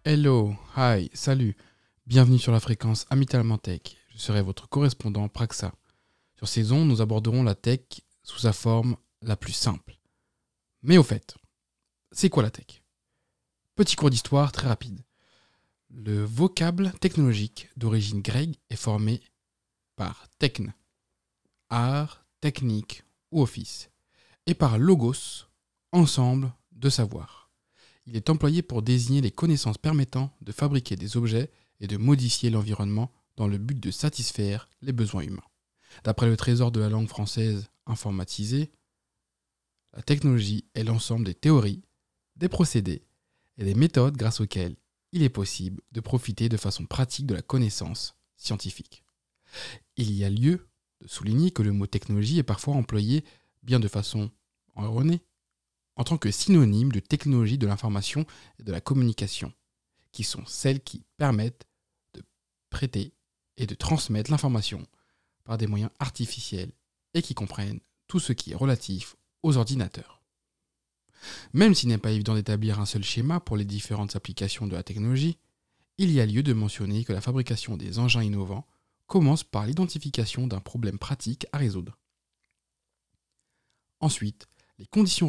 Hello, hi, salut, bienvenue sur la fréquence Amicalement Tech. Je serai votre correspondant Praxa. Sur ces ondes, nous aborderons la tech sous sa forme la plus simple. Mais au fait, c'est quoi la tech? Petit cours d'histoire très rapide. Le vocable technologique d'origine grecque est formé par techne, art, technique ou office, et par logos, ensemble de savoir. Il est employé pour désigner les connaissances permettant de fabriquer des objets et de modifier l'environnement dans le but de satisfaire les besoins humains. D'après le trésor de la langue française informatisé, la technologie est l'ensemble des théories, des procédés et des méthodes grâce auxquelles il est possible de profiter de façon pratique de la connaissance scientifique. Il y a lieu de souligner que le mot technologie est parfois employé, bien de façon erronée, en tant que synonyme de technologie de l'information et de la communication, qui sont celles qui permettent de prêter et de transmettre l'information par des moyens artificiels et qui comprennent tout ce qui est relatif aux ordinateurs. Même s'il n'est pas évident d'établir un seul schéma pour les différentes applications de la technologie, il y a lieu de mentionner que la fabrication des engins innovants commence par l'identification d'un problème pratique à résoudre. Ensuite, les conditions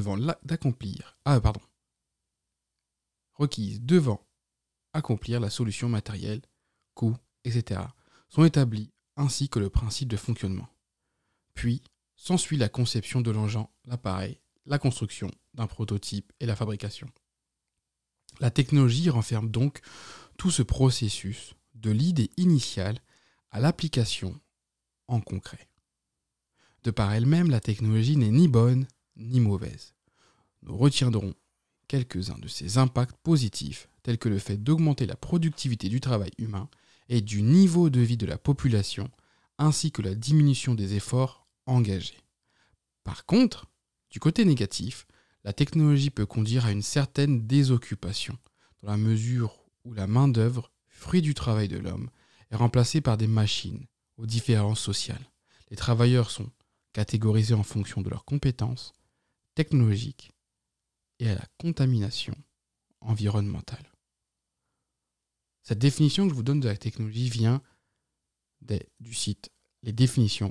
requises devant accomplir la solution matérielle, coût, etc. sont établies ainsi que le principe de fonctionnement. Puis, s'ensuit la conception de l'engin, l'appareil, la construction d'un prototype et la fabrication. La technologie renferme donc tout ce processus de l'idée initiale à l'application en concret. De par elle-même, la technologie n'est ni bonne ni mauvaise. Nous retiendrons quelques-uns de ses impacts positifs, tels que le fait d'augmenter la productivité du travail humain et du niveau de vie de la population, ainsi que la diminution des efforts engagés. Par contre, du côté négatif, la technologie peut conduire à une certaine désoccupation, dans la mesure où la main-d'œuvre, fruit du travail de l'homme, est remplacée par des machines aux différences sociales. Les travailleurs sont catégorisés en fonction de leurs compétences technologiques et à la contamination environnementale. Cette définition que je vous donne de la technologie vient du site lesdéfinitions.fr.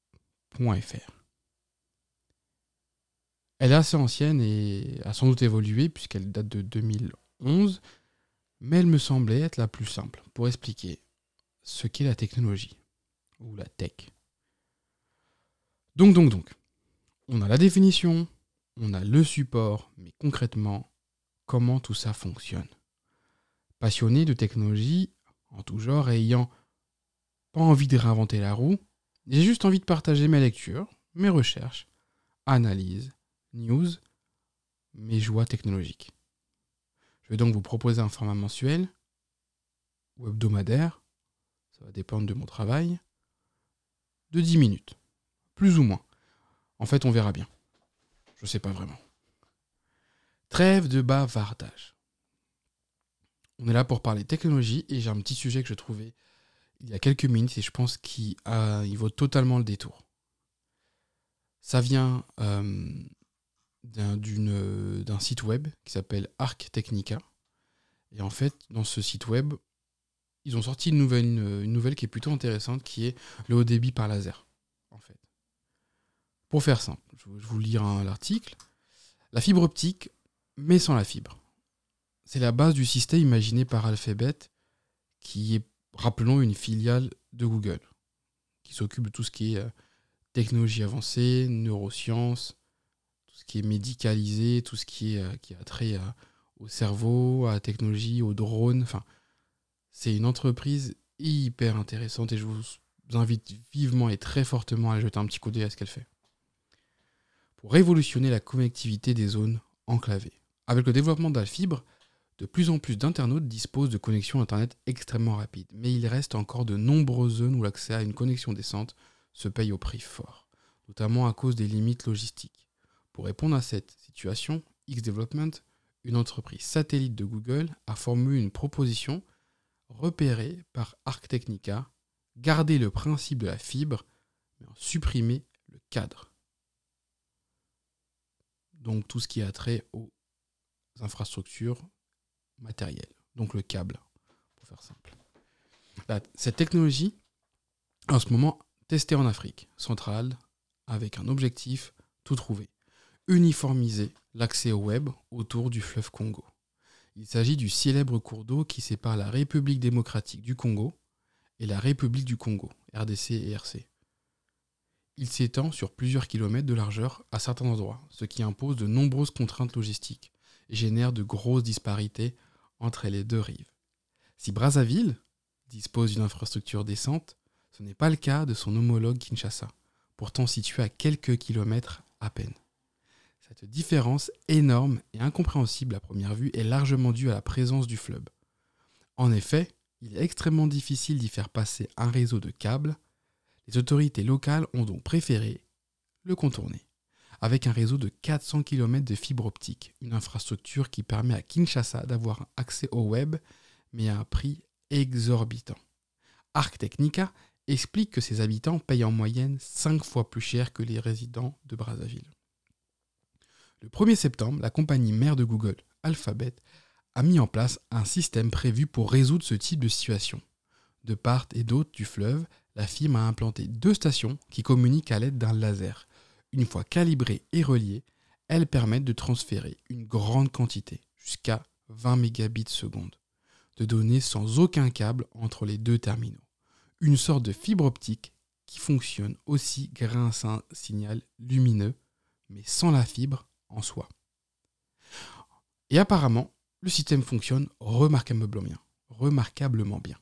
Elle est assez ancienne et a sans doute évolué puisqu'elle date de 2011, mais elle me semblait être la plus simple pour expliquer ce qu'est la technologie, ou la tech. Donc, on a la définition, on a le support, mais concrètement, comment tout ça fonctionne. Passionné de technologie, en tout genre, et ayant pas envie de réinventer la roue, j'ai juste envie de partager mes lectures, mes recherches, analyses, news, mes joies technologiques. Je vais donc vous proposer un format mensuel ou hebdomadaire, ça va dépendre de mon travail, de 10 minutes, plus ou moins. En fait, on verra bien. Je sais pas vraiment. Trêve de bavardage. On est là pour parler technologie et j'ai un petit sujet que je trouvais il y a quelques minutes et je pense qu'il vaut totalement le détour. Ça vient d'un site web qui s'appelle Arc Technica. Et en fait, dans ce site web, ils ont sorti une nouvelle qui est plutôt intéressante, qui est le haut débit par laser. En fait. Pour faire simple, je vais vous lire l'article. La fibre optique, mais sans la fibre. C'est la base du système imaginé par Alphabet, qui est, rappelons, une filiale de Google, qui s'occupe de tout ce qui est technologie avancée, neurosciences, tout ce qui est médicalisé, tout ce qui a trait au cerveau, à la technologie, aux drones. Enfin, c'est une entreprise hyper intéressante et je vous invite vivement et très fortement à jeter un petit coup d'œil à ce qu'elle fait. Pour révolutionner la connectivité des zones enclavées. Avec le développement de la fibre, de plus en plus d'internautes disposent de connexions Internet extrêmement rapides, mais il reste encore de nombreuses zones où l'accès à une connexion décente se paye au prix fort, notamment à cause des limites logistiques. Pour répondre à cette situation, X-Development, une entreprise satellite de Google, a formulé une proposition repérée par Arc Technica, garder le principe de la fibre, mais en supprimer le cadre. Donc tout ce qui a trait aux infrastructures matérielles, donc le câble, pour faire simple. Cette technologie, en ce moment, testée en Afrique centrale, avec un objectif tout trouvé: uniformiser l'accès au web autour du fleuve Congo. Il s'agit du célèbre cours d'eau qui sépare la République démocratique du Congo et la République du Congo, RDC et RC. Il s'étend sur plusieurs kilomètres de largeur à certains endroits, ce qui impose de nombreuses contraintes logistiques et génère de grosses disparités entre les deux rives. Si Brazzaville dispose d'une infrastructure décente, ce n'est pas le cas de son homologue Kinshasa, pourtant situé à quelques kilomètres à peine. Cette différence énorme et incompréhensible à première vue est largement due à la présence du fleuve. En effet, il est extrêmement difficile d'y faire passer un réseau de câbles. Les autorités locales ont donc préféré le contourner, avec un réseau de 400 km de fibre optique, une infrastructure qui permet à Kinshasa d'avoir un accès au web, mais à un prix exorbitant. Arc Technica explique que ses habitants payent en moyenne 5 fois plus cher que les résidents de Brazzaville. Le 1er septembre, la compagnie mère de Google, Alphabet, a mis en place un système prévu pour résoudre ce type de situation. De part et d'autre du fleuve, la firme a implanté 2 stations qui communiquent à l'aide d'un laser. Une fois calibrées et reliées, elles permettent de transférer une grande quantité, jusqu'à 20 mégabits seconde, de données sans aucun câble entre les 2 terminaux. Une sorte de fibre optique qui fonctionne aussi grâce à un signal lumineux, mais sans la fibre en soi. Et apparemment, le système fonctionne remarquablement bien.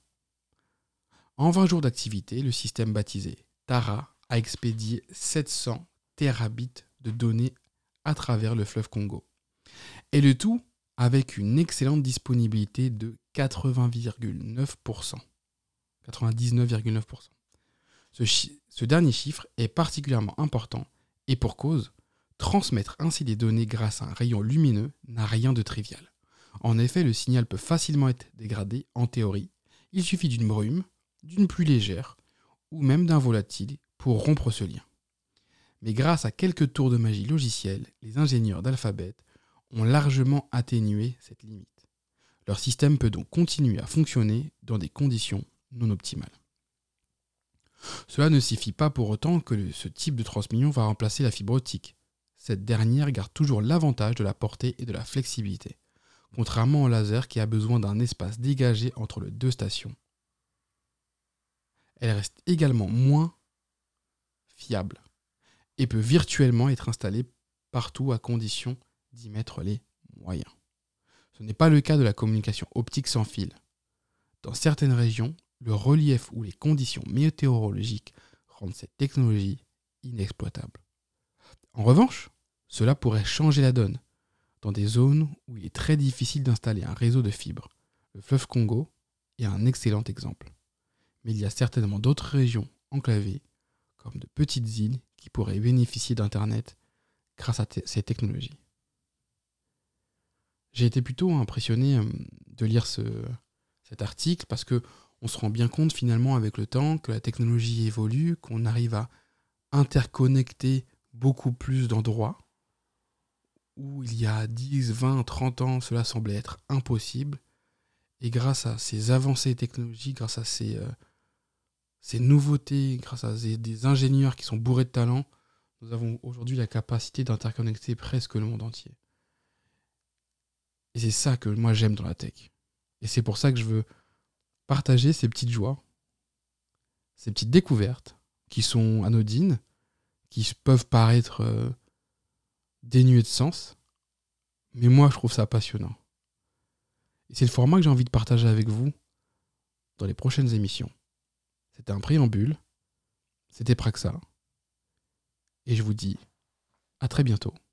En 20 jours d'activité, le système baptisé Tara a expédié 700 terabits de données à travers le fleuve Congo. Et le tout avec une excellente disponibilité de 99%. Ce dernier chiffre est particulièrement important et pour cause, transmettre ainsi des données grâce à un rayon lumineux n'a rien de trivial. En effet, le signal peut facilement être dégradé en théorie. Il suffit d'une brume, d'une pluie légère ou même d'un volatile pour rompre ce lien. Mais grâce à quelques tours de magie logicielle, les ingénieurs d'Alphabet ont largement atténué cette limite. Leur système peut donc continuer à fonctionner dans des conditions non optimales. Cela ne signifie pas pour autant que ce type de transmission va remplacer la fibre optique. Cette dernière garde toujours l'avantage de la portée et de la flexibilité, contrairement au laser qui a besoin d'un espace dégagé entre les 2 stations. Elle reste également moins fiable et peut virtuellement être installée partout à condition d'y mettre les moyens. Ce n'est pas le cas de la communication optique sans fil. Dans certaines régions, le relief ou les conditions météorologiques rendent cette technologie inexploitable. En revanche, cela pourrait changer la donne dans des zones où il est très difficile d'installer un réseau de fibres. Le fleuve Congo est un excellent exemple. Mais il y a certainement d'autres régions enclavées, comme de petites îles, qui pourraient bénéficier d'Internet grâce à ces technologies. J'ai été plutôt impressionné de lire cet article parce qu'on se rend bien compte finalement avec le temps que la technologie évolue, qu'on arrive à interconnecter beaucoup plus d'endroits où il y a 10, 20, 30 ans, cela semblait être impossible. Et grâce à ces avancées technologiques, grâce à ces nouveautés, grâce à des ingénieurs qui sont bourrés de talent, nous avons aujourd'hui la capacité d'interconnecter presque le monde entier. Et c'est ça que moi j'aime dans la tech. Et c'est pour ça que je veux partager ces petites joies, ces petites découvertes qui sont anodines, qui peuvent paraître dénuées de sens, mais moi je trouve ça passionnant. Et c'est le format que j'ai envie de partager avec vous dans les prochaines émissions. C'était un préambule, c'était Praxa, et je vous dis à très bientôt